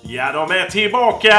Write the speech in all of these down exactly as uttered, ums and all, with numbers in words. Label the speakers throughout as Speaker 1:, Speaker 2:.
Speaker 1: Ja, de är tillbaka!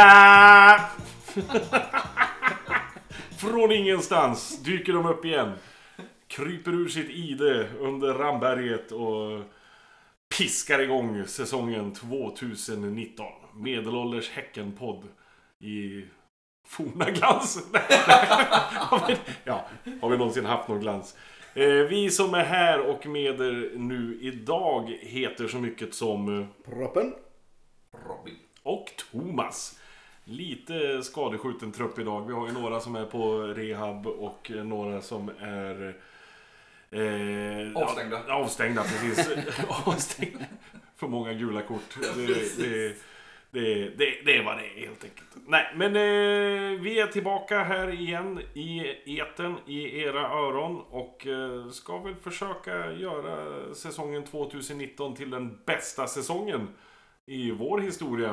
Speaker 1: Från ingenstans dyker de upp igen. Kryper ur sitt ide under Ramberget och piskar igång säsongen tjugonitton. Medelålders Häckenpodd i forna glans. Ja, har vi någonsin haft någon glans? Vi som är här och med er nu idag heter så mycket som
Speaker 2: Proppen,
Speaker 3: Robin
Speaker 1: och Thomas. Lite skadeskjuten trupp idag. Vi har ju några som är på rehab och några som är eh,
Speaker 3: avstängda.
Speaker 1: Ja, avstängda, precis. Avstängda. För många gula kort. Det, det, det, det, det är vad det är helt enkelt. Nej, men eh, vi är tillbaka här igen i eten, i era öron och eh, ska väl försöka göra säsongen tjugonitton till den bästa säsongen i vår historia.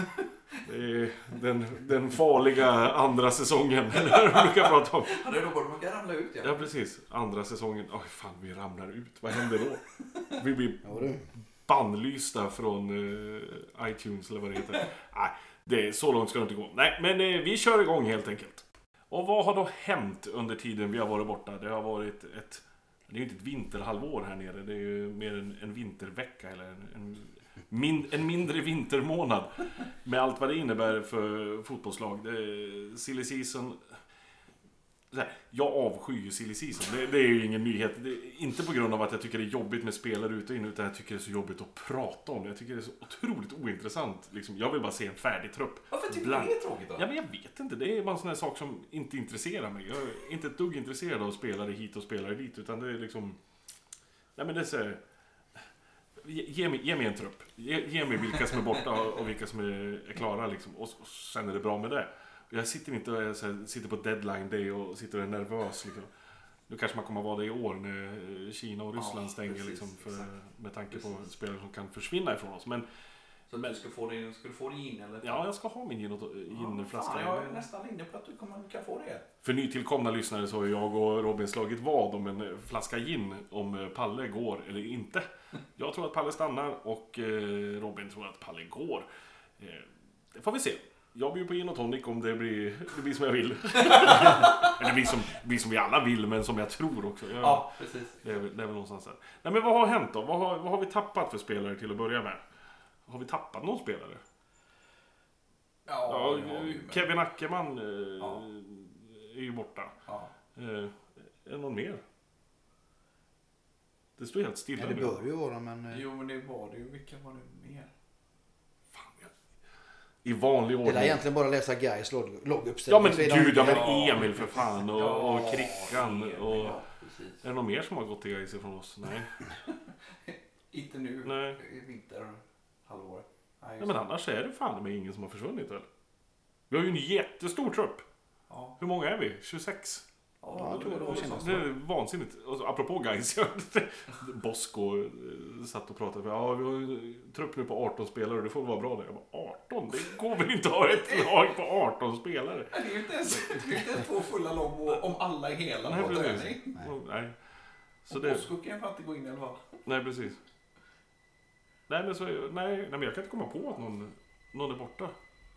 Speaker 1: Den, den farliga andra säsongen. Eller hur du brukar prata om.
Speaker 3: Ja, det är då borde man kan ramla ut. Ja,
Speaker 1: ja precis. Andra säsongen. Oj fan, vi ramlar ut. Vad händer då? Vi blir bannlysta från uh, iTunes eller vad det heter. Nej, det, så långt ska det inte gå. Nej, men uh, vi kör igång helt enkelt. Och vad har då hänt under tiden vi har varit borta? Det har varit ett... Det är ju inte ett vinterhalvår här nere. Det är ju mer en, en vintervecka eller en... en Min, en mindre vintermånad med allt vad det innebär för fotbollslag. Det är silly season. Här, jag avskyr ju silly season. Det, det är ju ingen nyhet. Det är inte på grund av att jag tycker det är jobbigt med spelare ute och in, utan jag tycker det är så jobbigt att prata om det. Jag tycker det är så otroligt ointressant. Liksom, jag vill bara se en färdig trupp.
Speaker 3: Varför tycker
Speaker 1: Bland...
Speaker 3: du det är tråkigt då?
Speaker 1: Ja, men jag vet inte. Det är bara en sån här sak som inte intresserar mig. Jag är inte ett dugg intresserad av spelare hit och spelare dit, utan det är liksom... Nej, men det är så här... Ge mig, ge mig en trupp. Ge, ge mig vilka som är borta och vilka som är, är klara liksom. och, och sen är det bra med det. Jag sitter inte och så här, sitter på deadline day och sitter och är nervös liksom. Nu kanske man kommer vara det i år när Kina och Ryssland ja, stänger precis, liksom, för, med tanke precis. På spelare som kan försvinna ifrån oss. Men,
Speaker 3: så men, du ska få din, ska du få din gin eller?
Speaker 1: Ja, jag ska ha min gin och ginflaska.
Speaker 3: Ja, jag är nästan inne på att du kommer, kan få det.
Speaker 1: För nytillkomna lyssnare så har jag och Robin slagit vad om en flaska gin, om Palle går eller inte. Jag tror att Palle stannar och Robin tror att Palle går. Det får vi se. Jag blir på gin och tonic om det blir, det blir som jag vill. Eller det blir som, det blir som vi alla vill, men som jag tror också. Jag,
Speaker 3: ja, precis.
Speaker 1: Det är, det är väl någonstans här. Nej, men vad har hänt då? Vad har, vad har vi tappat för spelare till att börja med? Har vi tappat någon spelare?
Speaker 3: Ja,
Speaker 1: ja Kevin Ackerman
Speaker 3: ja.
Speaker 1: är ju borta.
Speaker 3: Ja.
Speaker 1: Är det någon mer? Det står helt stilla.
Speaker 2: Ja, det bör ju vara, men...
Speaker 3: Jo, men det var det ju. Vilka var det mer?
Speaker 1: Fan, jag... I vanlig ordning.
Speaker 2: Det är egentligen bara att läsa Gais logguppställning.
Speaker 1: Ja, men gud, ja, men
Speaker 3: ja,
Speaker 1: Emil för fan. Och,
Speaker 3: ja,
Speaker 1: och Krickan. Och...
Speaker 3: Ja,
Speaker 1: är det någon mer som har gått till Gais från oss? Nej.
Speaker 3: Inte nu.
Speaker 1: Nej.
Speaker 3: I vinter, halvår.
Speaker 1: Nej, men annars är det fan med ingen som har försvunnit, väl? Vi har ju en jättestor trupp.
Speaker 3: Ja.
Speaker 1: Hur många är vi? tjugosex?
Speaker 3: Ja,
Speaker 2: jag tror det var senast.
Speaker 1: Det är vansinnigt. Och apropå Gais, Bosko satt och pratade. Ja, vi har en trupp nu på arton spelare och det får vara bra där. Jag bara, arton? Det går väl inte att ha ett lag på arton spelare?
Speaker 3: Det är ju inte ens, det är inte ens två fulla lag om alla är hela.
Speaker 1: Nej,
Speaker 3: på
Speaker 1: precis.
Speaker 3: träning.
Speaker 1: Nej. Nej. Så
Speaker 3: och
Speaker 1: det...
Speaker 3: Bosko kan jag inte gå in i alla fall.
Speaker 1: Nej, precis. Nej, men, så, nej, nej, men jag kan inte komma på att någon, någon är borta.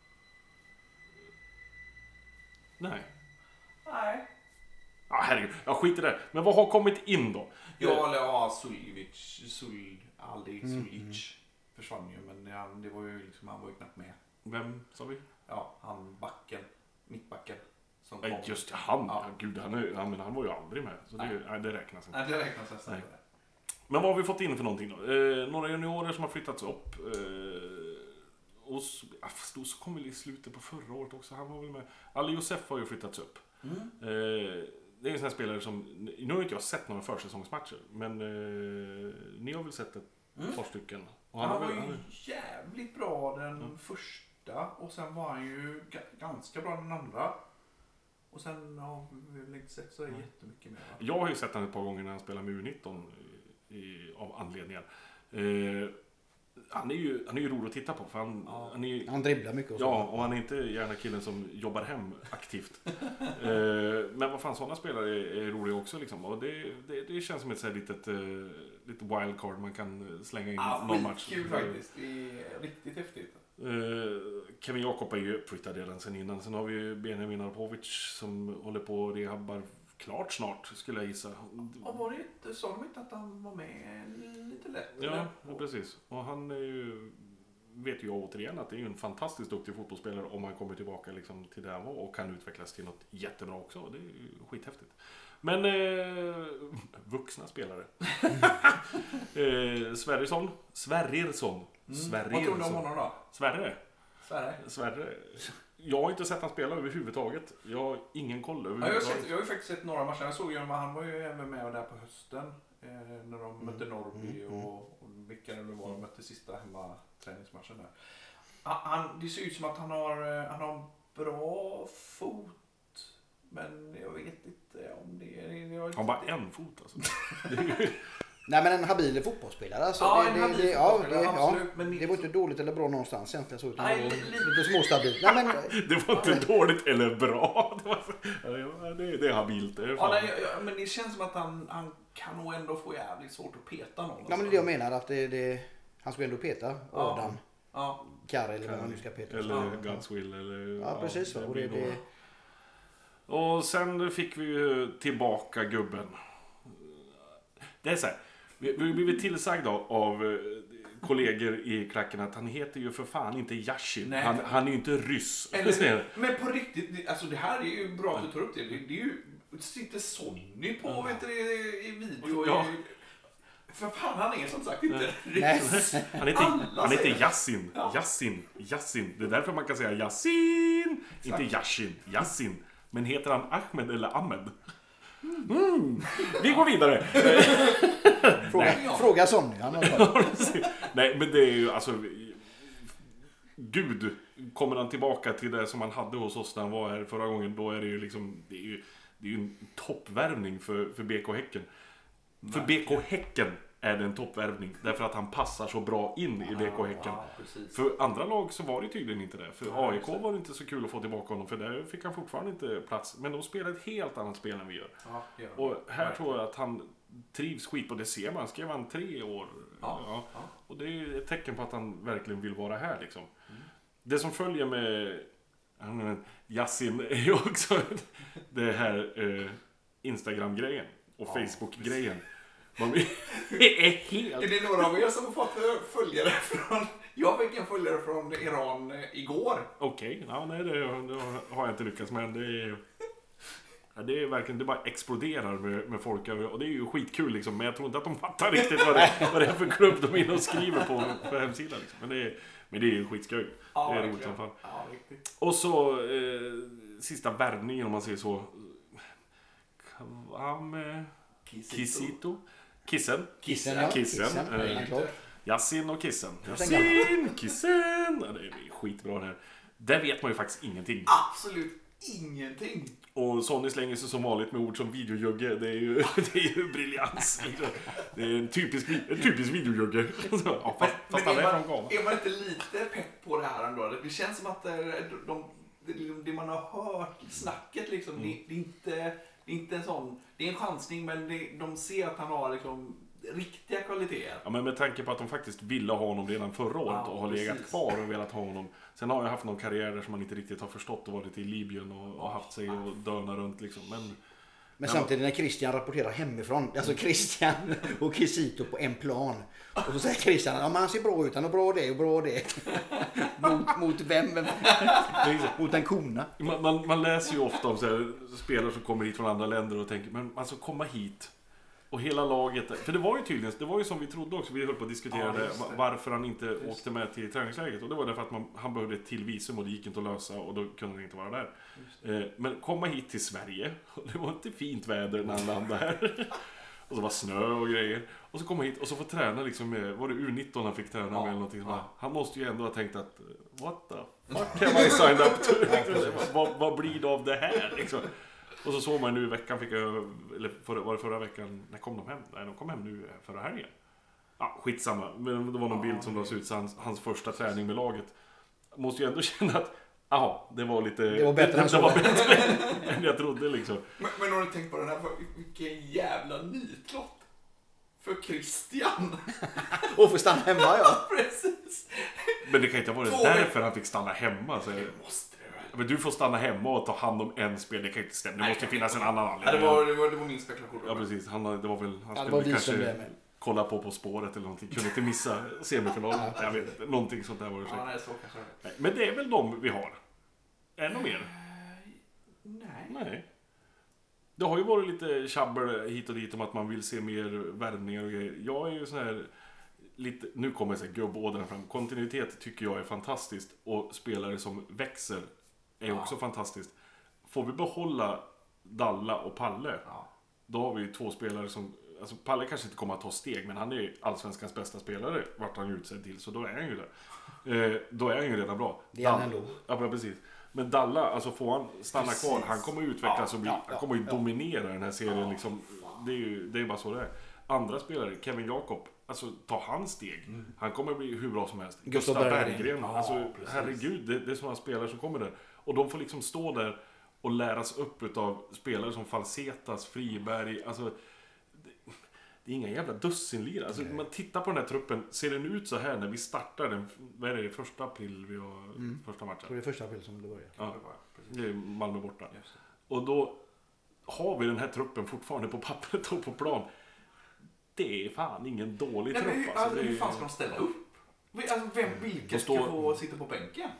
Speaker 1: Nej.
Speaker 3: Nej.
Speaker 1: Ja, ah, herregud. Jag skiter där. Men vad har kommit in då?
Speaker 3: Ja, eller ja, Suljic, Sul, Aldi,
Speaker 2: Mm.
Speaker 3: Suljic försvann ju, men ja, det var ju liksom, han var ju knappt med.
Speaker 1: Vem sa vi?
Speaker 3: Ja, han backen, mittbacken. Som
Speaker 1: Nej,
Speaker 3: kom.
Speaker 1: just det, han.
Speaker 3: Ja.
Speaker 1: Ja, gud, han, är, han, men han var ju aldrig med. Så det,
Speaker 3: Nej.
Speaker 1: nej, det räknas inte.
Speaker 3: Nej, det räknas nästan
Speaker 1: Nej.
Speaker 3: inte.
Speaker 1: Men vad har vi fått in för någonting då? Eh, några juniorer som har flyttats upp. Eh, och så, ah, fast då så kom vi i slutet på förra året också. Han var väl med. Ali Josef har ju flyttats upp.
Speaker 3: Mm.
Speaker 1: Eh, det är en sån här spelare som... Nu har inte jag sett några försäsongsmatcher. Men eh, ni har väl sett ett
Speaker 3: Mm.
Speaker 1: par stycken. Och
Speaker 3: Han,
Speaker 1: han
Speaker 3: var
Speaker 1: väl,
Speaker 3: ju
Speaker 1: han,
Speaker 3: jävligt bra den
Speaker 1: Mm.
Speaker 3: första och sen var han ju ga- ganska bra den andra. Och sen har vi väl inte sett så
Speaker 1: Mm.
Speaker 3: jättemycket mer. Va?
Speaker 1: jag har ju sett han ett par gånger när han spelar med U nitton i, i, av anledningar. Eh, han är ju han är ju rolig att titta på för han,
Speaker 3: Ja.
Speaker 1: han är
Speaker 2: Han dribblar mycket och så.
Speaker 1: ja, och han är inte gärna killen som jobbar hem aktivt. eh, men vad fan, sådana spelare är, är roliga också liksom. Och det, det, det känns som ett så här litet, eh, litet wildcard man kan slänga in
Speaker 3: Ja,
Speaker 1: någon match.
Speaker 3: kul faktiskt. Det är riktigt häftigt.
Speaker 1: Uh, Kevin Jakob är ju uppflyttad redan sen innan. Sen har vi ju Benjamin Arpovic som håller på och rehabbar klart snart, skulle jag gissa.
Speaker 3: Och var det inte, sa de inte att han var med lite lätt?
Speaker 1: Ja, ja, precis. Och han är ju, vet ju jag återigen att det är ju en fantastiskt duktig fotbollsspelare om han kommer tillbaka liksom till det han var och kan utvecklas till något jättebra också. Det är ju skithäftigt. Men eh, vuxna spelare. eh, Sverrisson. Sverrirsson.
Speaker 3: Mm.
Speaker 1: Sverrirsson.
Speaker 3: Vad tror du om honom då?
Speaker 1: Sverre.
Speaker 3: Sverre.
Speaker 1: Sverre. Jag har inte sett han spela överhuvudtaget. Jag har ingen koll
Speaker 3: Ja, jag, har sett, jag har ju faktiskt sett några matcher. Jag såg ju, han var ju även med där på hösten. Eh, när de mm. mötte Norrby
Speaker 2: mm.
Speaker 3: och, och vilka det var. De mötte sista hemma träningsmatchen där. Han, det ser ut som att han har, han har bra fot. Men jag vet inte om det är... Jag
Speaker 1: han har bara en fot alltså.
Speaker 2: Nej, men en habil fotbollsspelare. Alltså,
Speaker 3: ja,
Speaker 2: det,
Speaker 3: en
Speaker 2: det,
Speaker 3: habil
Speaker 2: det,
Speaker 3: fotbollsspelare,
Speaker 2: ja,
Speaker 3: absolut.
Speaker 2: ja,
Speaker 3: Men
Speaker 2: det var inte dåligt eller bra någonstans egentligen. Så, utan
Speaker 3: nej,
Speaker 2: det var
Speaker 3: li-
Speaker 2: lite småstabilt. Nej, men,
Speaker 1: det var inte ja, dåligt eller bra. Det, var, ja, det, det är habilt. Det är
Speaker 3: ja, nej, ja, men det känns som att han, han kan nog ändå få jävligt svårt att peta någon.
Speaker 2: Ja, men det är det jag menar. Att det, det, han ska ändå peta Adam.
Speaker 3: Ja.
Speaker 2: Karre eller vad man nu ska peta.
Speaker 1: Eller
Speaker 2: ja.
Speaker 1: God's Will. Eller,
Speaker 2: ja, precis.
Speaker 1: Ja,
Speaker 2: och, det, det...
Speaker 1: och sen fick vi ju tillbaka gubben. Det är så här. Vi har blivit tillsagda av kollegor i klacken att han heter ju för fan inte Yashin. Han, han är ju inte ryss.
Speaker 3: Eller, men på riktigt, alltså det här är ju bra att du tar upp det. Det, det är ju, sitter Sonny på ja. vet du, i video. Ja. I, för fan, han är som sagt inte ryss.
Speaker 1: Han heter, han heter Yassin. Ja. Yassin. Yassin. Det är därför man kan säga Yassin. Inte Yashin. Yassin. Men heter han Ahmed eller Ahmed? Mm. Vi går vidare.
Speaker 2: Fråga, fråga Sonny.
Speaker 1: Nej, men det är ju alltså Gud, kommer han tillbaka till det som han hade hos oss när han var här förra gången, då är det ju liksom det är ju, det är ju en toppvärvning för, för B K Häcken. Nej. För B K Häcken är det en toppvärvning därför att han passar så bra in i B K Häcken.
Speaker 3: Ja,
Speaker 1: för andra lag så var det tydligen inte det. För ja, A I K var det inte så kul att få tillbaka honom, för där fick han fortfarande inte plats. Men de spelar ett helt annat spel än vi gör.
Speaker 3: Ja, gör
Speaker 1: och här verkligen. Tror jag att han trivs skit, och det ser man. Skrev han tre år.
Speaker 3: Ja,
Speaker 1: ja.
Speaker 3: Ja.
Speaker 1: Och det är ett tecken på att han verkligen vill vara här liksom. Mm. Det som följer med Yassin är ju också det här eh, Instagram-grejen och ja, Facebook-grejen. Man är helt...
Speaker 3: Är det några av er som har fått följare från... Jag fick en följare från Iran igår.
Speaker 1: Okej, okay. ja, nej, det, det har jag inte lyckats med. Det är, ja, det är verkligen, det bara exploderar med, med folk. Och det är ju skitkul liksom, men jag tror inte att de fattar riktigt vad det, vad det är för klubb de är inne och skriver på, på hemsidan. Liksom. Men, det är, men det är ju skitskoj.
Speaker 3: Ja,
Speaker 1: det är roligt som fan.
Speaker 3: Ja, riktigt.
Speaker 1: Och så eh, sista värvningen, om man säger så. Kvame... Kisito. Kissen.
Speaker 2: Kissen, ja.
Speaker 1: Kissen.
Speaker 2: Kissen.
Speaker 1: Eh, Yassin och Kissen. Yassin, Kissen. Ja, det är skitbra det här. Där vet man ju faktiskt ingenting.
Speaker 3: Absolut ingenting.
Speaker 1: Och Sonny slänger sig som vanligt med ord som videojugge. Det är ju, det är ju briljans. Det är en typisk, en typisk videojugge. Ja, fast, fast
Speaker 3: men, men
Speaker 1: är,
Speaker 3: är,
Speaker 1: man,
Speaker 3: är man inte lite pepp på det här ändå? Det känns som att de, de, det, det man har hört, snacket liksom, mm. det, det är inte... Det är inte en sån, det är en chansning, men det, de ser att han har liksom riktiga kvaliteter.
Speaker 1: Ja, men med tanke på att de faktiskt ville ha honom redan förra året, ja, och har precis. legat kvar och velat ha honom. Sen har jag haft någon karriär där som man inte riktigt har förstått och varit i Libyen och, och haft sig och döna runt liksom. Men,
Speaker 2: men samtidigt när Christian rapporterar hemifrån, alltså Christian och Kisito på en plan. Och så säger Christian, ja, men han ser bra ut, han har bra det och bra det. mot, mot vem? vem? Mot en kona.
Speaker 1: Man, man, man läser ju ofta om så här, spelare som kommer hit från andra länder och tänker, men alltså komma hit. Och hela laget, för det var ju tydligen, det var ju som vi trodde också, vi höll på att diskutera ja, det, varför han inte Just. åkte med till träningsläget. Och det var därför att man, han behövde ett till visum och det gick inte att lösa och då kunde han inte vara där. Eh, men komma hit till Sverige, och det var inte fint väder när han landade här. Och så var snö och grejer. Och så kom han hit och så får träna liksom med, var det U nitton han fick träna ja, med eller någonting. Ja. Han måste ju ändå ha tänkt att, what the fuck have I signed up to? vad, vad blir det av det här liksom? Och så såg man nu i veckan, fick jag, eller förra, var det förra veckan, när kom de hem? Nej, de kom hem nu förra helgen. Ja, skitsamma. Men det var någon bild som lades ut, så hans, hans första träning med laget. Måste ju ändå känna att, ja, det var lite...
Speaker 2: Det var bättre
Speaker 1: det,
Speaker 2: än
Speaker 1: det
Speaker 2: så.
Speaker 1: var bättre än jag trodde liksom.
Speaker 3: Men, men har du tänkt på den här, vilken jävla nitlott? för Christian.
Speaker 2: Och får stanna hemma, ja.
Speaker 3: Precis.
Speaker 1: Men det kan inte ha varit
Speaker 3: Två
Speaker 1: därför han fick stanna hemma. Så...
Speaker 3: Det måste det vara.
Speaker 1: Men du får stanna hemma och ta hand om en spel. Det kan inte stämma. Det
Speaker 3: Nej,
Speaker 1: måste
Speaker 3: nej,
Speaker 1: finnas
Speaker 3: nej.
Speaker 1: en annan
Speaker 3: Ja,
Speaker 1: anledning.
Speaker 3: det, var, det, var, det var min spekulation.
Speaker 1: Ja, precis. Han, det var väl... Han
Speaker 2: Ja, det
Speaker 1: skulle
Speaker 2: var vi
Speaker 1: kanske
Speaker 2: som det med.
Speaker 1: kolla på På spåret eller någonting. Kunde inte missa semifinalen. Jag vet inte. Någonting sånt där var det
Speaker 3: Ja,
Speaker 1: säkert.
Speaker 3: nej, så kanske det.
Speaker 1: Nej, men det är väl de vi har. Är det något mer?
Speaker 3: Nej.
Speaker 1: Nej. Det har ju varit lite tjabbel hit och dit om att man vill se mer värvningar och grejer. Jag är ju sån här lite, nu kommer jag säga gubbådran fram. Kontinuitet tycker jag är fantastiskt och spelare som växer är
Speaker 3: Ja.
Speaker 1: också fantastiskt. Får vi behålla Dalla och Palle,
Speaker 3: Ja.
Speaker 1: då har vi ju två spelare som, alltså Palle kanske inte kommer att ta steg, men han är ju allsvenskans bästa spelare, vart han utsedd till, så då är han ju där. Eh, då är han ju redan bra.
Speaker 2: Det är han
Speaker 1: Dall-
Speaker 2: ändå.
Speaker 1: Ja, men precis. Men Dalla, alltså får han stanna
Speaker 3: Precis.
Speaker 1: kvar, han kommer ju utvecklas
Speaker 3: Ja,
Speaker 1: och bli,
Speaker 2: ja,
Speaker 1: han kommer ju
Speaker 2: ja.
Speaker 1: dominera den här serien
Speaker 3: Ja.
Speaker 1: liksom. Det är ju det är bara så det är. Andra spelare, Kevin Jakob, alltså ta hans steg. Han kommer bli hur bra som helst.
Speaker 2: Gustav
Speaker 1: Gustav
Speaker 2: Berggren.
Speaker 1: Berggren,
Speaker 3: Ja,
Speaker 1: alltså
Speaker 3: precis.
Speaker 1: herregud, det, det är sådana spelare som kommer där. Och de får liksom stå där och läras upp utav spelare som Falsetas, Friberg, alltså det, det är inga jävla dussinlirare. Alltså man tittar på den här truppen, ser den ut så här när vi startar den, vad är det, första april vi har
Speaker 2: Mm.
Speaker 1: första
Speaker 2: Jag tror
Speaker 1: matchen.
Speaker 2: det är första april som det börjar.
Speaker 1: Ja,
Speaker 3: Det var, precis.
Speaker 1: det är Malmö borta.
Speaker 3: Just det.
Speaker 1: Och då har vi den här truppen fortfarande på pappret och på plan. Det är fan ingen dålig
Speaker 3: Nej, men
Speaker 1: trupp.
Speaker 3: hur,
Speaker 1: Alltså,
Speaker 3: alltså,
Speaker 1: det
Speaker 3: hur
Speaker 1: är...
Speaker 3: fan ska de ställa upp? Alltså, vem, vilka
Speaker 1: De
Speaker 3: ska
Speaker 1: står-
Speaker 3: få sitta på bänken?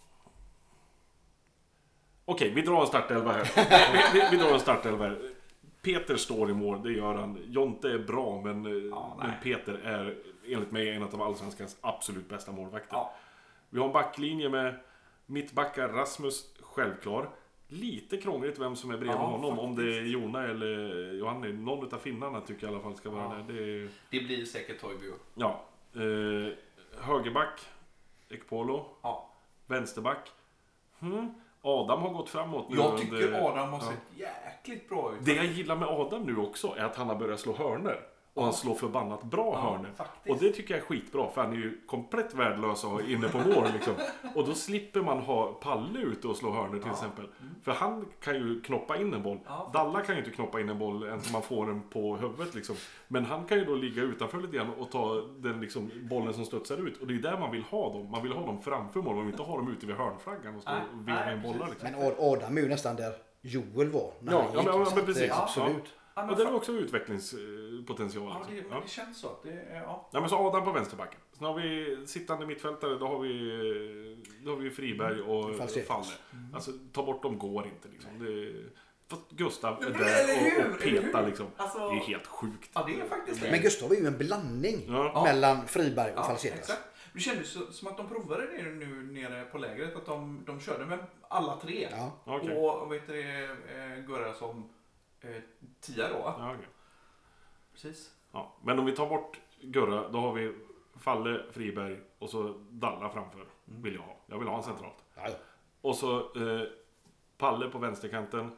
Speaker 1: Okej, vi drar en startelva här. vi, vi, vi drar en startelva här. Peter står i mål, det gör han. Jonte är bra, men, eh,
Speaker 3: Ja,
Speaker 1: men
Speaker 3: nej.
Speaker 1: Peter är enligt mig en av allsvenskans absolut bästa målvakter.
Speaker 3: Ja.
Speaker 1: Vi har en backlinje med mittbackar, Rasmus, självklar. Lite krångligt vem som är bredvid
Speaker 3: Ja,
Speaker 1: honom. Om
Speaker 3: faktiskt.
Speaker 1: det är Jona eller Johanni. Någon av finnarna tycker jag i alla fall ska vara
Speaker 3: Ja.
Speaker 1: där. Det är,
Speaker 3: Det blir säkert Toivio.
Speaker 1: ja. Eh, högerback, Ekpolo.
Speaker 3: Ja.
Speaker 1: Vänsterback. Hmm. Adam har gått framåt nu.
Speaker 3: Jag
Speaker 1: under-
Speaker 3: tycker Adam har
Speaker 1: ja.
Speaker 3: sett jäkligt bra ut.
Speaker 1: Det jag gillar med Adam nu också är att han har börjat slå hörner. Och han slår förbannat bra
Speaker 3: Ja,
Speaker 1: hörner.
Speaker 3: faktiskt.
Speaker 1: Och det tycker jag är skitbra, för han är ju komplett värdelös att ha inne på mål liksom. Och då slipper man ha Palle ute och slå hörner till
Speaker 3: Ja.
Speaker 1: exempel. För han kan ju knoppa in en boll.
Speaker 3: Ja,
Speaker 1: Dalla kan ju inte knoppa in en boll än som man får den på huvudet liksom. Men han kan ju då ligga utanför lite grann och ta den liksom, bollen som studsar ut. Och det är där man vill ha dem. Man vill ha dem framför mål. Man vill inte ha dem ute vid hörnflaggan och stå
Speaker 3: Nej,
Speaker 1: och veva
Speaker 3: nej,
Speaker 1: in bollar
Speaker 3: precis.
Speaker 1: liksom.
Speaker 2: Men Ad- Adam är ju nästan där Joel var när
Speaker 1: Ja,
Speaker 2: han
Speaker 1: ja,
Speaker 2: gick.
Speaker 1: men- ja,
Speaker 2: så
Speaker 1: men
Speaker 2: att,
Speaker 1: precis.
Speaker 2: eh, Absolut.
Speaker 3: Ja, men
Speaker 1: Och det är
Speaker 3: fan-
Speaker 1: också utvecklingspotential.
Speaker 3: Ja,
Speaker 1: Alltså.
Speaker 3: det,
Speaker 1: Ja.
Speaker 3: det känns så. att Det, är- ja.
Speaker 1: Ja, men så Adam på vänsterbacken. Sen har vi sittande mittfältare, då har vi, då har vi Friberg och
Speaker 2: Falsetas.
Speaker 1: Falle. Alltså ta bort dem går inte liksom. Det, fast Gustav är
Speaker 3: Men
Speaker 1: där
Speaker 3: eller hur?
Speaker 1: och, och
Speaker 3: Eller
Speaker 1: petar
Speaker 3: hur?
Speaker 1: liksom.
Speaker 3: Alltså-
Speaker 1: Det är helt sjukt.
Speaker 3: Ja, det är faktiskt det.
Speaker 2: Men Gustav är ju en blandning
Speaker 1: Ja.
Speaker 2: mellan Friberg och
Speaker 3: Ja,
Speaker 2: Falsetas.
Speaker 3: exakt. Det kändes så- som att de provade det nu nere på lägret. Att de, de körde med alla tre.
Speaker 2: Ja.
Speaker 1: Okej.
Speaker 3: Och vad heter det, eh, Gurra som eh, tia då. va?
Speaker 1: Ja, okej.
Speaker 3: Precis.
Speaker 1: Ja. Men om vi tar bort Gurra, då har vi Falle, Friberg och så Dalla framför. Vill jag ha. Jag vill ha en centralt.
Speaker 2: Ja, ja.
Speaker 1: Och så eh, Palle på vänsterkanten.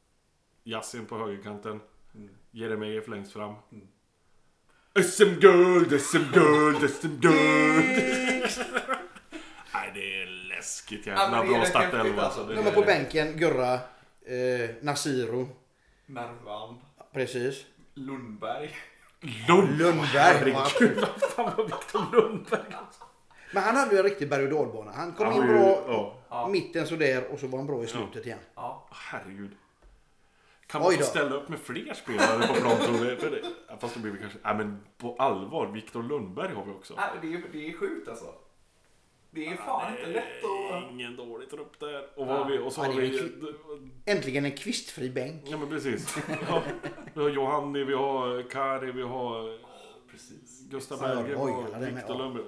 Speaker 1: Yassin på högerkanten.
Speaker 3: Mm.
Speaker 1: Jeremejeff längst fram.
Speaker 3: Mm.
Speaker 1: S M-guld, S M-guld, S M-guld. Nej, det är läskigt
Speaker 3: Ja,
Speaker 1: jävla
Speaker 3: men det är
Speaker 1: bra
Speaker 3: rätt
Speaker 1: startelva.
Speaker 3: häftigt,
Speaker 1: Alltså.
Speaker 3: alltså.
Speaker 1: Det
Speaker 2: De är på
Speaker 1: är-
Speaker 2: bänken, Gurra, eh, Nasiro,
Speaker 3: Mervan.
Speaker 2: precis.
Speaker 3: Lundberg.
Speaker 1: Lund.
Speaker 2: Lundberg.
Speaker 1: Herregud, vad fan var Victor Lundberg?
Speaker 2: Men han hade ju en riktig berg- och dalbana. Han kom
Speaker 1: Han
Speaker 2: in
Speaker 1: var ju-
Speaker 2: bra,
Speaker 1: ja.
Speaker 3: Ja.
Speaker 2: mitten sådär och så var han bra i slutet igen.
Speaker 3: Ja.
Speaker 1: Herregud. Kan
Speaker 2: Oj
Speaker 1: man
Speaker 2: då.
Speaker 1: få ställa upp med fler spelare på plan, tror du? För det, ja, fast då blir vi kanske... Nej, men på allvar, Victor Lundberg har vi också.
Speaker 3: Nej, det, är, det är sjukt alltså. Det är fan inte lätt
Speaker 1: Det är
Speaker 3: att...
Speaker 1: ingen dålig trupp där. Och, vad har vi, och så
Speaker 2: Ja,
Speaker 1: har
Speaker 2: det är
Speaker 1: vi...
Speaker 2: en Äntligen en kvistfri bänk.
Speaker 1: Ja, men precis. Ja, vi har Johanni, vi har Kari, vi har
Speaker 3: Precis.
Speaker 1: Gustav
Speaker 2: Ja,
Speaker 1: Berggren
Speaker 2: oj,
Speaker 1: och
Speaker 2: alla det med,
Speaker 1: Victor
Speaker 2: ja.
Speaker 1: Lundberg.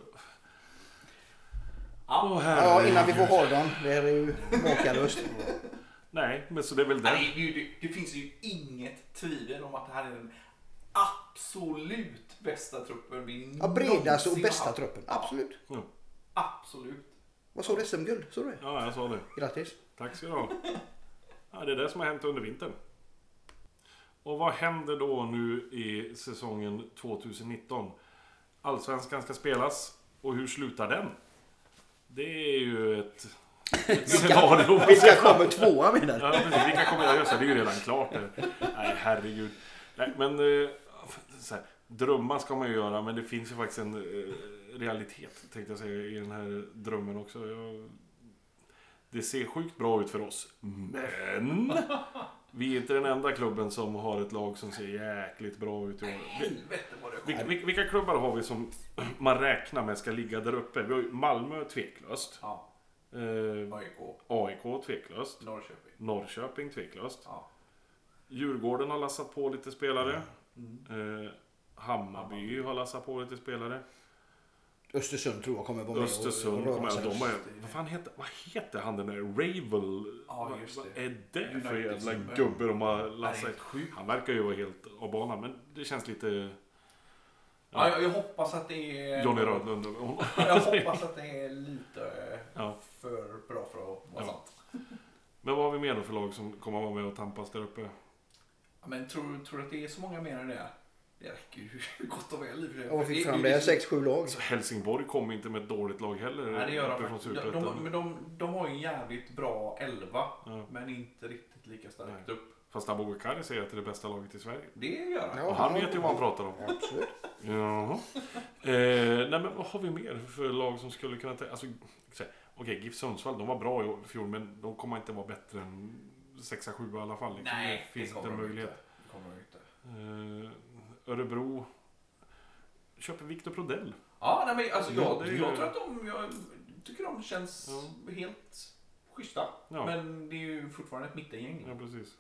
Speaker 3: Ja.
Speaker 1: Åh,
Speaker 2: Ja,
Speaker 1: herregud.
Speaker 2: innan vi får Hardon. Det är ju makalöst.
Speaker 1: Nej, men så det är väl
Speaker 3: Nej,
Speaker 1: där.
Speaker 3: det, är ju- det, det finns ju inget tvivel om att det här är den absolut bästa truppen vi
Speaker 2: Ja, bredaste och
Speaker 3: någonsin
Speaker 2: bästa
Speaker 3: har haft.
Speaker 2: truppen.
Speaker 3: Ja,
Speaker 2: Absolut.
Speaker 1: Ja,
Speaker 3: absolut.
Speaker 2: Vad sa du? S M-guld? Såg du det?
Speaker 1: ja, jag sa det.
Speaker 2: Grattis.
Speaker 1: Tack ska du ha. Ja, det är det som har hänt under vintern. Och vad händer då nu i säsongen tjugonitton? Allsvenskan ska spelas. Och hur slutar den? Det är ju ett, ett scenario.
Speaker 2: Vilka kommer tvåa menar du?
Speaker 1: Ja, precis. Vilka kommer jag göra? Det är ju redan klart. Det. Nej, herregud. Nej, men eh, så här, drömmar ska man ju göra, men det finns ju faktiskt en eh, realitet, tänkte jag säga, i den här drömmen också. Jag, det ser sjukt bra ut för oss, men vi är inte den enda klubben som har ett lag som ser jäkligt bra ut i år.
Speaker 3: Helvete vad det
Speaker 1: Vilka, vilka, vilka klubbar har vi som man räknar med ska ligga där uppe? Vi har ju Malmö tveklöst.
Speaker 3: Ja.
Speaker 1: Eh,
Speaker 3: A I K.
Speaker 1: A I K tveklöst.
Speaker 3: Norrköping.
Speaker 1: Norrköping tveklöst.
Speaker 3: Ja.
Speaker 1: Djurgården har lassat på lite spelare.
Speaker 3: Mm.
Speaker 1: Eh, Hammarby har lassat på lite spelare.
Speaker 2: Östersund tror jag kommer vara med.
Speaker 1: Östersund
Speaker 2: och, och
Speaker 1: kommer
Speaker 2: röra
Speaker 1: med.
Speaker 2: sig.
Speaker 1: De är, vad fan heter, vad heter han den där? Ravel?
Speaker 3: Ja, just
Speaker 1: vad,
Speaker 3: det.
Speaker 1: vad är det för
Speaker 3: United
Speaker 1: jävla
Speaker 3: som-
Speaker 1: gubbe de har
Speaker 3: Det är
Speaker 1: lassat?
Speaker 3: helt sjukt.
Speaker 1: Han verkar ju vara helt av banan, men det känns lite...
Speaker 3: Ja, jag, jag hoppas att det är...
Speaker 1: Johnny Rödlund.
Speaker 3: Jag hoppas att det är lite
Speaker 1: Ja.
Speaker 3: för bra för att vara
Speaker 1: Ja.
Speaker 3: sant.
Speaker 1: Men vad har vi mer då för lag som kommer att vara med och tampas där uppe?
Speaker 3: Ja, men tror, tror du att det är så många mer än det? Det räcker ju gott och väl i och för sig.
Speaker 2: Ja, vad fick
Speaker 3: Det-
Speaker 2: fram
Speaker 3: det-
Speaker 2: det? sex sju lag.
Speaker 1: Så Helsingborg kommer inte med ett dåligt lag heller.
Speaker 3: Nej, det gör de
Speaker 1: uppe från
Speaker 3: faktiskt. De,
Speaker 1: Superettan.
Speaker 3: de, men de, de har ju en jävligt bra elva,
Speaker 1: Ja.
Speaker 3: men inte riktigt lika starkt
Speaker 1: Nej.
Speaker 3: upp.
Speaker 1: Fast Abubakari säger att det är det bästa laget i Sverige.
Speaker 3: Det gör han.
Speaker 2: Ja.
Speaker 1: Och han vet ju vad han pratar om.
Speaker 2: Absolut.
Speaker 1: Jaha. Eh, nej men vad har vi mer för lag som skulle kunna... ta- Alltså, så här, okej, GIF Sundsvall, de var bra i fjol, men de kommer inte vara bättre än sex sju i alla fall. Liksom.
Speaker 3: Nej,
Speaker 1: det finns
Speaker 3: det
Speaker 1: inte
Speaker 3: kommer
Speaker 1: en
Speaker 3: de
Speaker 1: möjlighet.
Speaker 3: inte. Det kommer de inte.
Speaker 1: Eh, Örebro köper Victor Prodell.
Speaker 3: Ja, nej, men alltså, jag,
Speaker 1: Ja, det är ju-
Speaker 3: jag tror att de... Jag tycker de känns
Speaker 1: Ja.
Speaker 3: helt schyssta.
Speaker 1: Ja.
Speaker 3: Men det är ju fortfarande ett mittengäng.
Speaker 1: Ja, precis.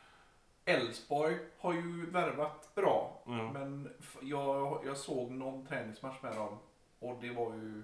Speaker 3: Elfsborg har ju värvat bra.
Speaker 1: Ja.
Speaker 3: Men f- jag, jag såg någon träningsmatch med dem. Och det var ju...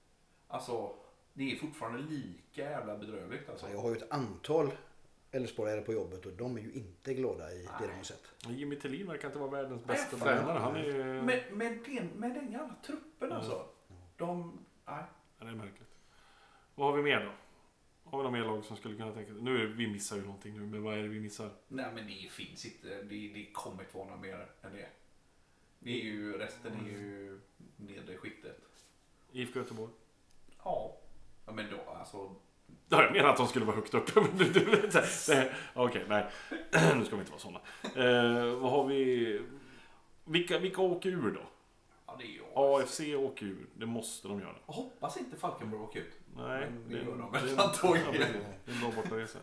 Speaker 3: Alltså, det är fortfarande lika jävla bedrövligt alltså.
Speaker 2: Jag har ju ett antal Elfsborgare på jobbet och de är ju inte glada i det de har sett.
Speaker 1: Jimmy Tillin verkar inte vara världens
Speaker 3: Nej,
Speaker 1: bästa
Speaker 3: fan.
Speaker 1: tränare. Han är ju...
Speaker 3: Med, med, den, med den jävla truppen
Speaker 1: Ja.
Speaker 3: alltså. De... Nej.
Speaker 1: Ja, det är märkligt. Vad har vi mer då? Har vi några mer lag som skulle kunna tänka sig? Nu är, vi missar ju någonting nu, men vad är det vi missar?
Speaker 3: Nej men det finns inte. Det, det kommer inte vara något mer än det. Det är ju, resten är ju nedre skiktet.
Speaker 1: I F K Göteborg?
Speaker 3: Ja. Ja men då alltså.
Speaker 1: Ja, jag menar att de skulle vara högt uppe. Men du, du, vet, så här, det- Okej, nej. Nu ska vi inte vara sådana. Eh, vad har vi? Vilka, vilka åker ur då?
Speaker 3: Ja det är ju.
Speaker 1: A F C åker ur. Det måste de göra.
Speaker 3: Jag hoppas inte Falkenberg åker ut.
Speaker 1: Nej,
Speaker 3: Men det
Speaker 1: är-
Speaker 3: gör de
Speaker 1: det är-
Speaker 3: väl antagligen.
Speaker 1: ja, precis. Det är en bra bortaresa.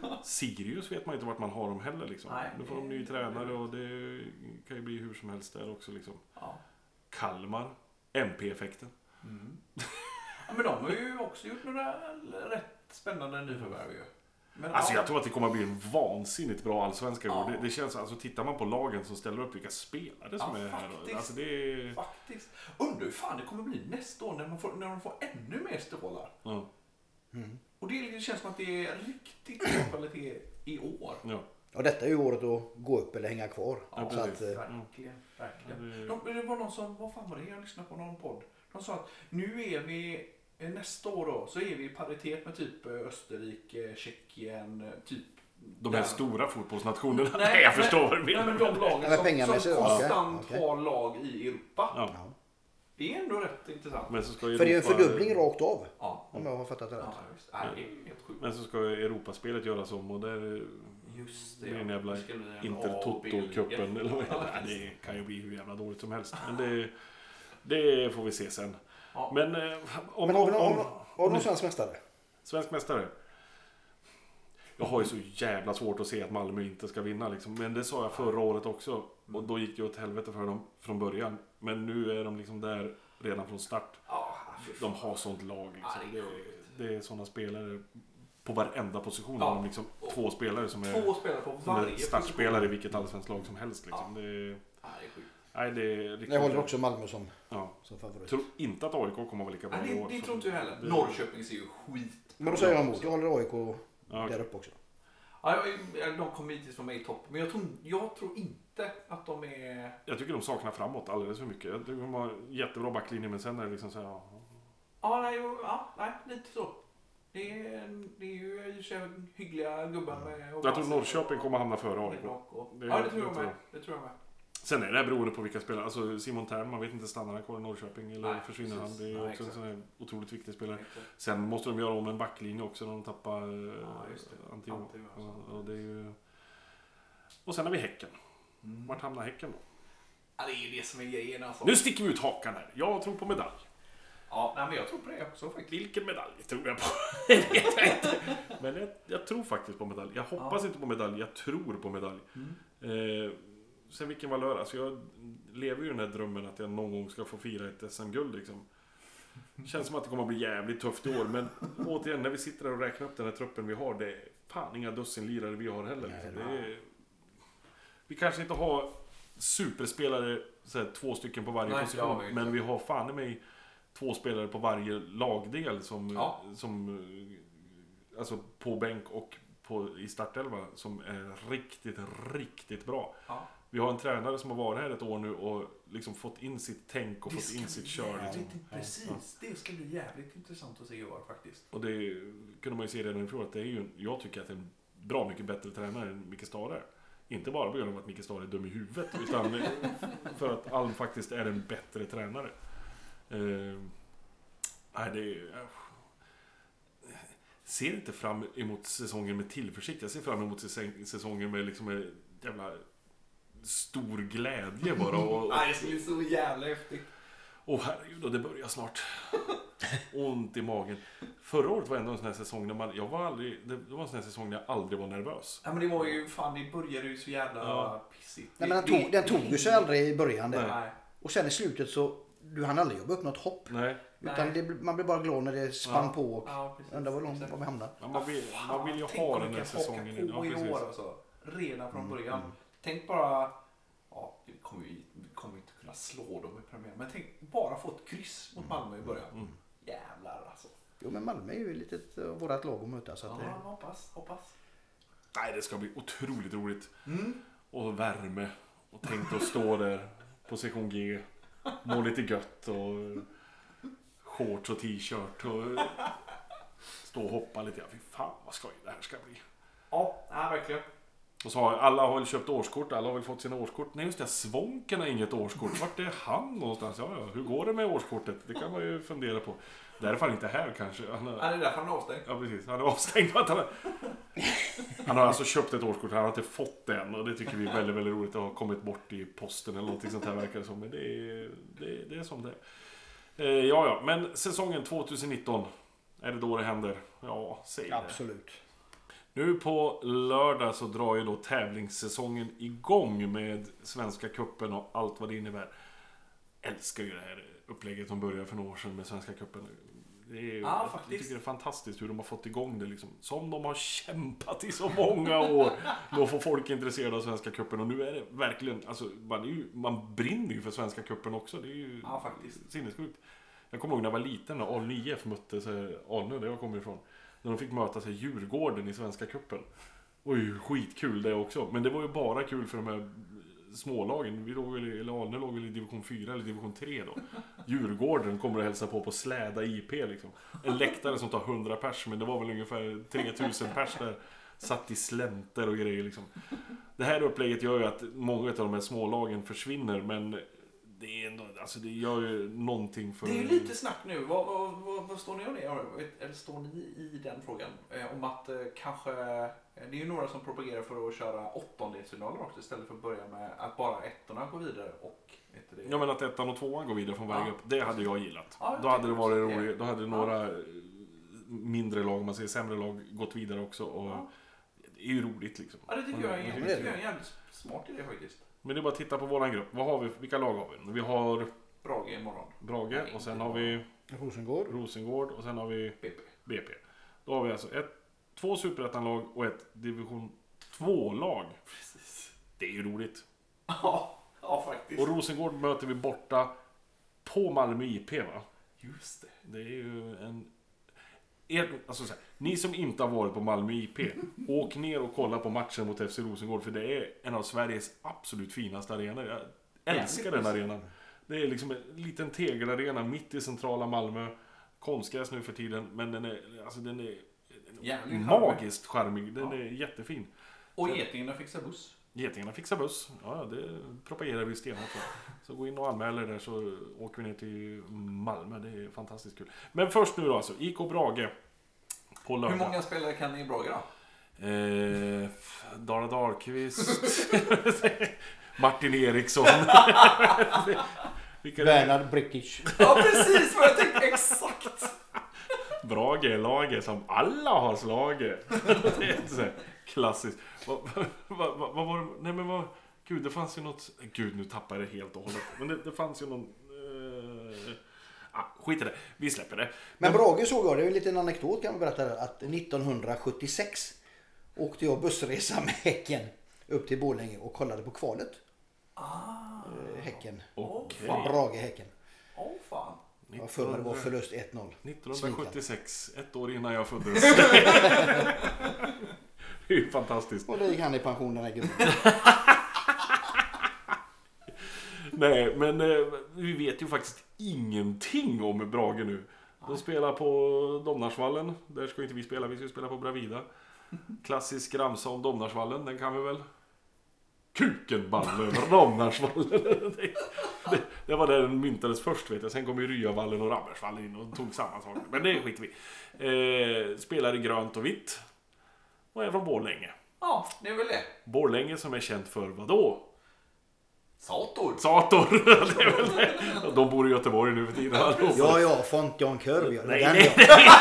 Speaker 1: Sirius vet man inte vart man har dem heller. Liksom.
Speaker 3: Nej,
Speaker 1: Nu får de
Speaker 3: det-
Speaker 1: ny tränare och det kan ju bli hur som helst där också. Liksom.
Speaker 3: Ja.
Speaker 1: Kalmar. M P-effekten.
Speaker 3: Mm. Ja men de har ju också gjort några rätt spännande nyförvärv ju. Men,
Speaker 1: Alltså
Speaker 3: ja.
Speaker 1: jag tror att det kommer att bli en vansinnigt bra allsvenska i år.
Speaker 3: Ja.
Speaker 1: Det, det känns, alltså tittar man på lagen som ställer upp, vilka spelare som
Speaker 3: Ja,
Speaker 1: är här.
Speaker 3: faktiskt.
Speaker 1: Alltså det är...
Speaker 3: Faktiskt. Undrar hur fan det kommer bli nästa år när, man får, när de får ännu mer stålar.
Speaker 1: Ja,
Speaker 3: Och det, det känns som att det är riktigt bra kvalitet i år.
Speaker 1: ja.
Speaker 2: Ja, detta är ju året att gå upp eller hänga kvar.
Speaker 3: Ja,
Speaker 2: så att,
Speaker 1: precis.
Speaker 2: eh,
Speaker 3: Verkligen, verkligen.
Speaker 1: Ja, det-
Speaker 3: De, det var någon som, vad fan var det? Jag lyssnade på någon podd. De sa att nu är vi, eh, nästa år då, så är vi i paritet med typ eh, Österrike, Tjeckien, eh, typ.
Speaker 1: De här
Speaker 3: där.
Speaker 1: stora fotbollsnationerna. Nej,
Speaker 3: Nej,
Speaker 1: jag
Speaker 3: men-
Speaker 1: förstår vad du
Speaker 3: Nej
Speaker 1: menar.
Speaker 3: men de
Speaker 2: Ja,
Speaker 3: lagen
Speaker 2: men
Speaker 3: som, som
Speaker 2: pengamässigt, okej,
Speaker 3: konstant
Speaker 2: okej.
Speaker 3: har lag i Europa.
Speaker 1: Ja.
Speaker 2: ja.
Speaker 3: Det är ändå rätt intressant.
Speaker 1: Men så ska
Speaker 2: För det är ju en
Speaker 1: Europa-
Speaker 2: fördubbling rakt av.
Speaker 3: Ja.
Speaker 2: Om jag har fattat det rätt.
Speaker 3: Ja, just. Nej, det är helt sjukt.
Speaker 1: Men så ska Europaspelet göras om och där
Speaker 3: Just det.
Speaker 1: blir
Speaker 3: ja.
Speaker 1: en jävla
Speaker 3: Det ska bli en
Speaker 1: Inter
Speaker 3: A och
Speaker 1: Toto-cupen.
Speaker 3: B-liga.
Speaker 1: Eller vad
Speaker 3: Ja,
Speaker 1: heter det?
Speaker 3: visst.
Speaker 1: Det kan ju bli hur jävla dåligt som helst. Men det, det får vi se sen.
Speaker 3: Ja.
Speaker 1: Men eh, om...
Speaker 2: Men har vi
Speaker 1: om,
Speaker 2: någon,
Speaker 1: om,
Speaker 2: har vi någon svensk mästare?
Speaker 1: Svensk mästare. Jag har ju så jävla svårt att se att Malmö inte ska vinna liksom. Men det sa jag förra året också. Och då gick det åt helvete för dem från början. Men nu är de liksom där redan från start.
Speaker 3: Ja, fy fan.
Speaker 1: De har sånt lag liksom.
Speaker 3: Ja, det är
Speaker 1: det,
Speaker 3: sjukt.
Speaker 1: det är sådana spelare. På varenda position
Speaker 3: Ja.
Speaker 1: har de liksom två spelare som är,
Speaker 3: Två spelare på
Speaker 1: som
Speaker 3: varje
Speaker 1: är startspelare i
Speaker 3: position.
Speaker 1: vilket allsvenskt lag som helst. Liksom. Det, är-
Speaker 3: Ja, det är sjukt.
Speaker 1: nej, det är riktigt.
Speaker 2: Jag håller också Malmö som,
Speaker 1: Ja.
Speaker 2: som favorit.
Speaker 1: Jag tror inte att A I K kommer att vara lika bra
Speaker 3: Nej,
Speaker 1: i
Speaker 3: det,
Speaker 1: år.
Speaker 3: det
Speaker 1: så-
Speaker 3: tror inte jag heller.
Speaker 1: det-
Speaker 3: Norrköping ser ju skit.
Speaker 2: Men då säger jag emot. Jag håller A I K
Speaker 1: Ja, okej.
Speaker 2: där uppe också.
Speaker 3: Ja, jag- de kommer hittills vara med i topp. Men jag tror, jag tror inte att de är...
Speaker 1: Jag tycker de saknar framåt alldeles för mycket. Jag tycker de har jättebra backlinje men sen är det liksom så här, ja.
Speaker 3: Ja, nej, jo, ja, nej lite så. Det är, det är ju i och för sig hyggliga gubbar med...
Speaker 1: Jag tror Norrköping kommer hamna före A I K.
Speaker 3: Och,
Speaker 1: Det-
Speaker 3: ja, det tror jag
Speaker 1: det tror
Speaker 3: med. Det tror jag med.
Speaker 1: Sen är det här beroende på vilka spelare. Alltså Simon Thern, man vet inte, stannar han kvar i Norrköping eller
Speaker 3: Nej,
Speaker 1: försvinner
Speaker 3: precis.
Speaker 1: han? Det är
Speaker 3: Nej,
Speaker 1: också en
Speaker 3: exakt.
Speaker 1: sån här otroligt viktig spelare.
Speaker 3: Exakt.
Speaker 1: Sen måste de göra om en backlinje också när de tappar eh,
Speaker 3: Ja, just det.
Speaker 1: Antimo.
Speaker 3: Antimo, alltså.
Speaker 1: Ja, och, det är ju... och sen har vi Häcken.
Speaker 3: Mm.
Speaker 1: Vart hamnar Häcken då?
Speaker 3: Ja, det är ju det som är grejen alltså.
Speaker 1: Nu sticker vi ut hakan här. Jag tror på medalj.
Speaker 3: Ja, nej, men jag tror på det också faktiskt.
Speaker 1: Vilken medalj tror jag på? Det vet jag inte. Men jag, jag tror faktiskt på medalj. Jag hoppas ja. inte på medalj, jag tror på medalj. Mm. Eh, sen vilken valör, alltså jag lever ju den här drömmen att jag någon gång ska få fira ett S M-guld liksom. Känns som att det kommer att bli jävligt tufft i år, men återigen när vi sitter där och räknar upp den här truppen vi har, det är fan inga dussinlirare vi har heller. Liksom. Det är, vi kanske inte har superspelare, så här, två stycken på varje Nej, position, ja, men vi har fan i mig två spelare på varje lagdel som, ja. som alltså på bänk och på, i startelva som är riktigt, riktigt bra. Ja. Vi har en tränare som har varit här ett år nu och liksom fått in sitt tänk och det fått in sitt kör. Liksom.
Speaker 3: Precis, ja. Det ska bli jävligt intressant att se i år faktiskt.
Speaker 1: Och det kunde man ju se redan ifrån att det är ju, jag tycker att det är en bra mycket bättre tränare än Micke Stahre är. Inte bara på grund av att Micke Stahre är dum i huvudet, utan för att Alm faktiskt är en bättre tränare. Uh, nej, det är... Uh, ser inte fram emot säsongen med tillförsikt. Jag ser fram emot säsongen med liksom en jävla stor glädje bara. Och, och,
Speaker 3: nej, det ska bli så jävla häftigt.
Speaker 1: Åh herregud, och det börjar snart. Ont i magen. Förra året var ändå en sån här säsong när man, jag var aldrig, det var en sån här säsong när jag aldrig var nervös.
Speaker 3: Ja, men det var ju, fan, det började ju så jävla ja. pissigt.
Speaker 2: Nej, men den tog, den tog ju sig aldrig i början där.
Speaker 3: Nej.
Speaker 2: Och sen i slutet så, du hann aldrig jobba upp något hopp.
Speaker 1: Nej.
Speaker 2: Utan det, man blir bara glad när det spann
Speaker 1: ja.
Speaker 2: på och
Speaker 3: ja,
Speaker 2: undrar var långt var vi hamnar.
Speaker 1: Ja, man, vill, man vill ju ha den här säsongen.
Speaker 3: Ja, i år alltså. Redan från början. Mm. Tänk bara, ja, vi kommer ju vi kommer inte kunna slå dem i premiär. Men tänk bara få ett kryss mot Malmö i början. Mm. Jävlar alltså.
Speaker 2: Jo, men Malmö är ju lite uh, vårat lag att möta. Så att
Speaker 3: ja,
Speaker 2: det...
Speaker 3: hoppas, hoppas.
Speaker 1: Nej, det ska bli otroligt roligt. Mm. Och värme. Och tänk att stå där på sektion G. Må lite gött och shorts och t-shirt. Och stå och hoppa lite. Ja, fy fan vad skoj det här ska bli.
Speaker 3: Ja, ja verkligen.
Speaker 1: Och så har alla har väl köpt årskort, alla har väl fått sina årskort. Nej just det, Svånken har inget årskort. Vart är han någonstans? Ja, ja, hur går det med årskortet? Det kan man ju fundera på. Därför är han inte här kanske. Han är,
Speaker 3: han är därför han är avstängd.
Speaker 1: Ja precis, han är avstängd. Han, har, han har alltså köpt ett årskort, han har inte fått det än. Och det tycker vi är väldigt, väldigt roligt att ha kommit bort i posten eller någonting sånt här verkar det som. Men det är, det, det är som det är. Eh, ja, ja, men säsongen tjugonitton, är det då det händer? Ja, säg det.
Speaker 2: Absolut.
Speaker 1: Nu på lördag så drar ju då tävlingssäsongen igång med Svenska Cupen och allt vad det innebär. Älskar ju det här upplägget som började för några år sedan med Svenska Cupen. Det är ju,
Speaker 3: ja,
Speaker 1: jag tycker det är fantastiskt hur de har fått igång det liksom. Som de har kämpat i så många år. Då får folk intresserade av Svenska Cupen och nu är det verkligen, alltså man, är ju, man brinner ju för Svenska Cupen också. Det är ju
Speaker 3: ja, faktiskt
Speaker 1: sinnessjukt. Jag kommer ihåg när jag var liten när Al nio F mötte sig, Alnö där jag kommer ifrån. När de fick möta sig Djurgården i Svenska Cupen. Oj, skitkul det också. Men det var ju bara kul för de här smålagen. Vi låg väl, eller Alnö låg väl i division fyra eller division tre då. Djurgården kommer att hälsa på på Släda I P liksom. En läktare som tar hundra pers, men det var väl ungefär tre tusen pers där. Satt i slänter och grejer liksom. Det här upplägget gör ju att många av de här smålagen försvinner, men det är ändå, alltså det gör ju någonting för...
Speaker 3: Det är ju lite snack nu. Vad, vad, vad, vad står ni om det? Eller står ni i den frågan? Eh, om att eh, kanske... Det är ju några som propagerar för att köra åttondelsfinaler också istället för att börja med att bara ettorna går vidare och... Vet det?
Speaker 1: Ja, men att ettan och tvåan går vidare från varje grupp,
Speaker 3: ja.
Speaker 1: det hade jag gillat.
Speaker 3: Ja,
Speaker 1: då hade det varit roligt. Då hade
Speaker 3: ja.
Speaker 1: några mindre lag, man säger sämre lag, gått vidare också. Och
Speaker 3: ja.
Speaker 1: Det är ju roligt liksom.
Speaker 3: Ja, det tycker jag är, jag tycker jag är en jävligt smart idé faktiskt.
Speaker 1: Men det är bara att titta på våran grupp. Vad har vi? Vilka lag har vi? Vi har
Speaker 3: Brage imorgon.
Speaker 1: Brage Nej, och sen har vi
Speaker 2: Rosengård.
Speaker 1: Rosengård och sen har vi
Speaker 3: B P.
Speaker 1: B P. Då har vi alltså ett, två superettanlag och ett division två-lag.
Speaker 3: Precis.
Speaker 1: Det är ju roligt.
Speaker 3: Ja, ja faktiskt.
Speaker 1: Och Rosengård möter vi borta på Malmö I P, va?
Speaker 3: Just det.
Speaker 1: Det är ju en... Er, alltså så här, ni som inte har varit på Malmö I P, åk ner och kolla på matchen mot F C Rosengård, för det är en av Sveriges absolut finaste arenor. Jag älskar den arenan. Det är liksom en liten tegelarena mitt i centrala Malmö. Konstgräs nu för tiden, men den är, alltså den är
Speaker 3: Jävligt
Speaker 1: magiskt charmig. Den
Speaker 3: ja.
Speaker 1: är jättefin.
Speaker 3: Och Getingarna fixar buss.
Speaker 1: Getingarna fixar buss. Ja, det propagerar vi stenhårt för. Så gå in och anmäler där så åker vi ner till Malmö. Det är fantastiskt kul. Men först nu då alltså, I K Brage på lördag.
Speaker 3: Hur många spelare kan ni i Brage då?
Speaker 1: Eh, Dara Dahlqvist. Martin Eriksson.
Speaker 2: Bernard Brickish.
Speaker 3: Ja, precis vad jag tänkte. Exakt.
Speaker 1: Brage Lage som alla har slagit. Det är så här klassiskt. Vad, vad, vad, vad var det? Nej men vad... Gud, det fanns ju något... Gud, nu tappar jag det helt och hållet. Men det, det fanns ju någon... Uh... Ah, skit i det. Vi släpper det.
Speaker 2: Men Brage såg jag, det är en liten anekdot kan man berätta där, att nittonhundrasjuttiosex åkte jag bussresa med Häcken upp till Borlänge och kollade på kvalet.
Speaker 3: Ah.
Speaker 2: Häcken.
Speaker 1: Okej.
Speaker 2: Brage Häcken.
Speaker 3: Åh oh, fan.
Speaker 2: Jag för mig det var förlust ett noll.
Speaker 1: nittonhundrasjuttiosex, ett år innan jag föddes. Det är ju fantastiskt.
Speaker 2: Och då gick han i pension den här gubben.
Speaker 1: Nej, men eh, vi vet ju faktiskt ingenting om Brage nu. De spelar på Domnarsvallen. Där ska inte vi spela, vi ska spela på Bravida. Klassisk ramsa om Domnarsvallen, den kan vi väl. Kukenball över Domnarsvallen. det, det, det var där den myntades först, vet jag. Sen kom ju Ryavallen och Rammersvallen in och tog samma sak. Men det skiter vi. Eh, spelar i grönt och vitt. Och är från Borlänge.
Speaker 3: Ja, det är väl det.
Speaker 1: Borlänge som är känt för vad då?
Speaker 3: Sator.
Speaker 1: Sator. Det är väl det. De bor i Göteborg nu för tiden.
Speaker 2: Ja, ja, Font Jan Körv. Ja.
Speaker 1: Nej,
Speaker 2: Den,
Speaker 1: nej,
Speaker 2: ja.
Speaker 1: nej.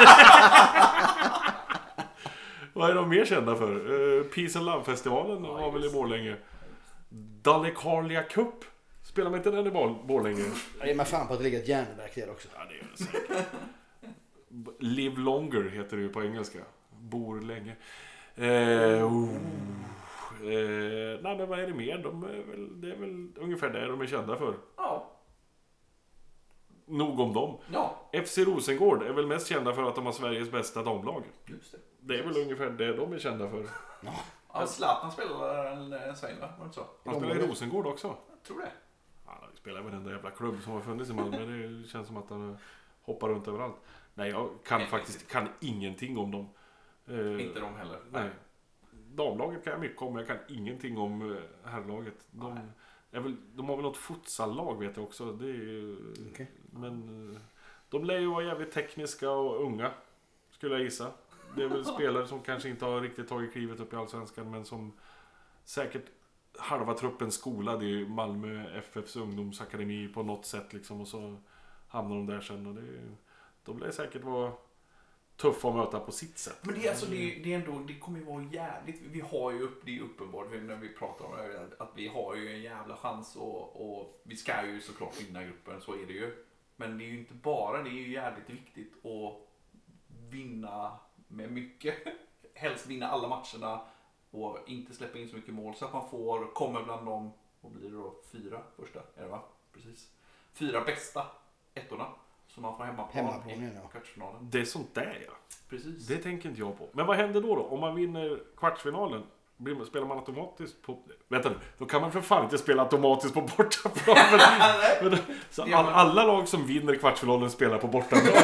Speaker 1: Vad är de mer kända för? Uh, Peace and Love-festivalen
Speaker 3: Ja,
Speaker 1: var väl i
Speaker 3: just.
Speaker 1: Borlänge. Dalecarlia Cup. Spelar man inte den i Bor- Borlänge?
Speaker 2: Det är man fan på att det ligger ett järnverk där också.
Speaker 1: Ja, det är det säkert. Live Longer heter det ju på engelska. Bor länge. Eh, oh. eh, nej, men vad är det mer? De är väl, det är väl ungefär det de är kända för.
Speaker 3: Ja.
Speaker 1: Nog om dem.
Speaker 3: Ja,
Speaker 1: F C Rosengård är väl mest kända för att de har Sveriges bästa damlag.
Speaker 3: just det.
Speaker 1: Det är väl ungefär det de är kända för.
Speaker 3: Ja, Zlatan spelar en, en sväng, va? Var det inte så?
Speaker 1: Han spelar i Rosengård också.
Speaker 3: Jag tror det.
Speaker 1: Han har ju spelat med den där jävla klubb som har funnits i Malmö. Det känns som att han hoppar runt överallt. Nej, jag kan
Speaker 3: Nej,
Speaker 1: faktiskt kan ingenting om dem. Eh,
Speaker 3: Inte de heller.
Speaker 1: Nej. Damlaget kan jag mycket om, men jag kan ingenting om eh, herrlaget. De,
Speaker 3: Nej.
Speaker 1: är väl, de har väl något futsallag vet jag också. Det är, ju-
Speaker 2: Okej.
Speaker 1: Men eh, de lär ju vara jävligt tekniska och unga, skulle jag gissa. Det är väl spelare som kanske inte har riktigt tagit klivet upp i Allsvenskan, men som säkert halva truppen skolad i Malmö F F:s ungdomsakademi på något sätt liksom, och så hamnar de där sen och det, de lär säkert vara tuffa att möta på sitt sätt.
Speaker 3: Men det, är alltså, det, det, är ändå, det kommer ju vara jävligt. Vi har ju upp, det är uppenbart när vi pratar om det, att vi har ju en jävla chans och, och vi ska ju såklart vinna gruppen, så är det ju. Men det är ju inte bara, det är ju jävligt viktigt att vinna med mycket. Helst vinna alla matcherna och inte släppa in så mycket mål så att man får, kommer bland de, vad blir det då, fyra första, är det va? Precis. Fyra bästa ettorna som man får hemmaplan,
Speaker 2: Hemmaplan,
Speaker 3: i
Speaker 2: ja.
Speaker 3: kvartsfinalen.
Speaker 1: Det är sånt där, ja.
Speaker 3: Precis.
Speaker 1: Det tänker inte jag på. Men vad händer då då? Om man vinner kvartsfinalen, blir- spelar man automatiskt på... Vänta nu, då kan man för fan inte spela automatiskt på bortaplan. Men, men, så all, alla lag som vinner kvartsfinalen spelar på bortaplan.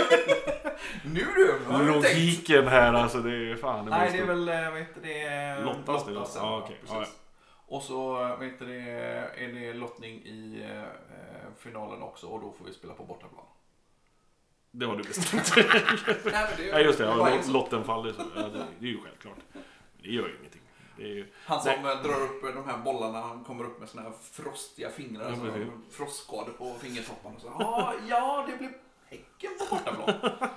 Speaker 3: Nu du, vad har du tänkt?
Speaker 1: Logiken här, alltså det är fan... Det
Speaker 3: Nej,
Speaker 1: måste-
Speaker 3: det är väl, vad heter det?
Speaker 1: Lottas det då?
Speaker 3: sen,
Speaker 1: Ja,
Speaker 3: va?
Speaker 1: okej.
Speaker 3: Precis.
Speaker 1: Ja, ja.
Speaker 3: Och så, vad heter det, är det lottning i eh, finalen också och då får vi spela på bortaplan.
Speaker 1: Det har du bestämt.
Speaker 3: Nej, men det är-
Speaker 1: Ja, just det.
Speaker 3: det
Speaker 1: Ja,
Speaker 3: var en
Speaker 1: lot-
Speaker 3: som-
Speaker 1: lotten faller. Så, ja, det, det är ju självklart. Det gör ju ingenting. Det är ju...
Speaker 3: Han som
Speaker 1: Nej.
Speaker 3: eh, drar upp de här bollarna, han kommer upp med såna här frostiga fingrar,
Speaker 1: Ja,
Speaker 3: så
Speaker 1: precis.
Speaker 3: har frostskador på fingertopparna och så. Ah, ja, det blir Häcken på bortaplan.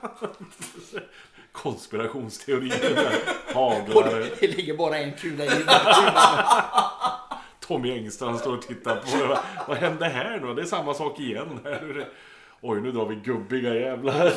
Speaker 1: Konspirationsteorier där. Haglar.
Speaker 2: Det ligger bara en kula i.
Speaker 1: Tommy Engstrand står och tittar på. Vad, vad hände här nu? Det är samma sak igen. Här är det... Oj, nu drar vi gubbiga jävlar.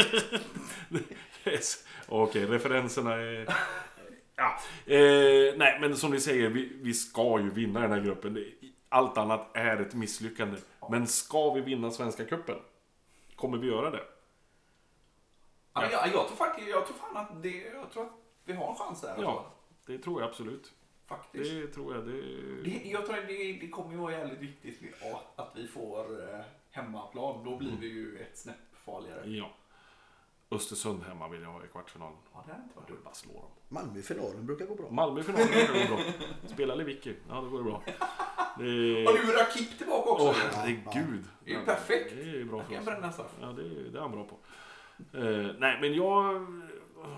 Speaker 1: Yes. Okej, referenserna är... Ja. Eh, nej, men som ni säger, vi, vi ska ju vinna den här gruppen. Det- Allt annat är ett misslyckande. Men ska vi vinna Svenska cupen? Kommer vi göra det?
Speaker 3: Ja, men jag, jag tror faktiskt, jag tror fan att det, jag tror att vi har en chans där.
Speaker 1: Ja,
Speaker 3: Alltså,
Speaker 1: det tror jag absolut.
Speaker 3: faktiskt.
Speaker 1: Det tror jag. Det...
Speaker 3: Det, jag tror att det, det kommer ju vara jävligt viktigt ja, att vi får eh, hemmaplan. Då blir vi ju ett snäpp farligare.
Speaker 1: Ja. Östersund hemma vill jag ha i kvartsfinalen.
Speaker 3: Ja, det är inte
Speaker 1: Jag
Speaker 3: varit
Speaker 1: vill
Speaker 3: dumt.
Speaker 1: bara slå dem.
Speaker 2: Malmö-finalen brukar gå bra.
Speaker 1: Malmö-finalen brukar gå bra. Spela Lewicki. Ja, det går bra. Det är...
Speaker 3: Och nu är Rakip tillbaka också.
Speaker 1: Åh, herregud.
Speaker 3: Det är ju perfekt.
Speaker 1: Det är ju bra
Speaker 3: Han
Speaker 1: för
Speaker 3: kan
Speaker 1: oss.
Speaker 3: bränna straff.
Speaker 1: Ja, det är, det är han bra på. Eh, nej, men jag...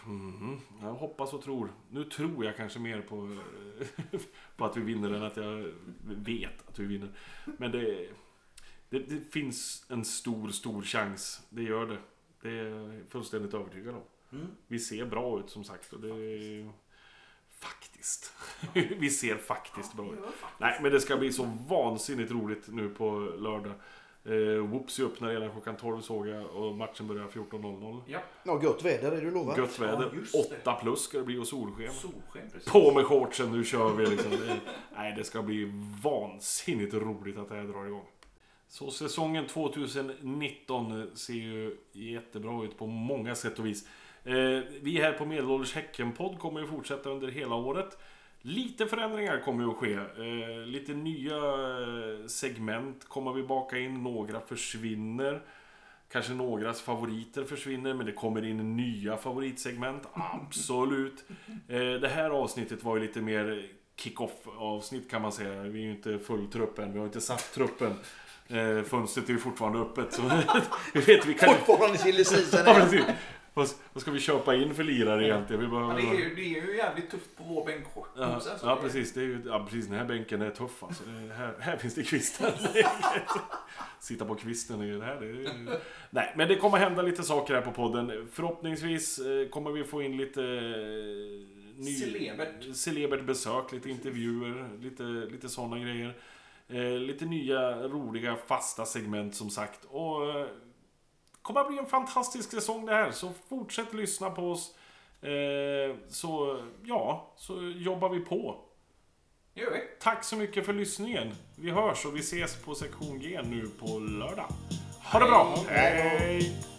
Speaker 1: Mm, jag hoppas och tror. Nu tror jag kanske mer på, på att vi vinner än att jag vet att vi vinner. Men det, det, det finns en stor, stor chans. Det gör det. Det är jag fullständigt övertygad om. Mm. Vi ser bra ut som sagt. Och det är faktiskt. Vi ser faktiskt bra ut. Nej, men det ska bli så vansinnigt roligt nu på lördag. Eh, Whoops öppnar redan klockan tolv såg jag och matchen börjar fjorton noll noll.
Speaker 3: Ja.
Speaker 2: Ja, gött väder är du lovat.
Speaker 1: Gött väder.
Speaker 3: Ja,
Speaker 1: åtta plus ska det bli och solsken.
Speaker 3: Solsken, precis.
Speaker 1: På med shortsen, nu kör vi liksom. Det, nej, det ska bli vansinnigt roligt att det här drar igång. Så säsongen tjugonitton ser ju jättebra ut på många sätt och vis. Eh, vi här på Medelålders Häcken-podd kommer ju fortsätta under hela året. Lite förändringar kommer ju att ske. Eh, lite nya segment kommer vi baka in. Några försvinner. Kanske någras favoriter försvinner. Men det kommer in nya favoritsegment. Absolut. Eh, det här avsnittet var ju lite mer kick-off avsnitt kan man säga. Vi är ju inte full trupp än. Vi har inte satt truppen. Eh, fönstret är ju fortfarande öppet. Så vi vet vi kan...
Speaker 2: Fortfarande silly season.
Speaker 1: Ja, Vad, vad ska vi köpa in för lirare egentligen? Vi bara...
Speaker 3: ja, det, är ju, det är ju jävligt tufft på vår bänk.
Speaker 1: Ja, ja precis. Det är ju, ja, precis. Den här bänken är tuff. Alltså. Det, här, här finns det kvistar. Sitta på kvisten är det här. Det är, nej, men det kommer hända lite saker här på podden. Förhoppningsvis kommer vi få in lite ny,
Speaker 3: celebert.
Speaker 1: celebert besök, lite intervjuer, lite, lite sådana grejer. Eh, lite nya, roliga, fasta segment som sagt. Och eh, kommer att bli en fantastisk säsong det här. Så fortsätt lyssna på oss. Eh, så ja, så jobbar vi på.
Speaker 3: Gör vi.
Speaker 1: Tack så mycket för lyssningen. Vi hörs och vi ses på sektion G nu på lördag. Ha det bra! Hej!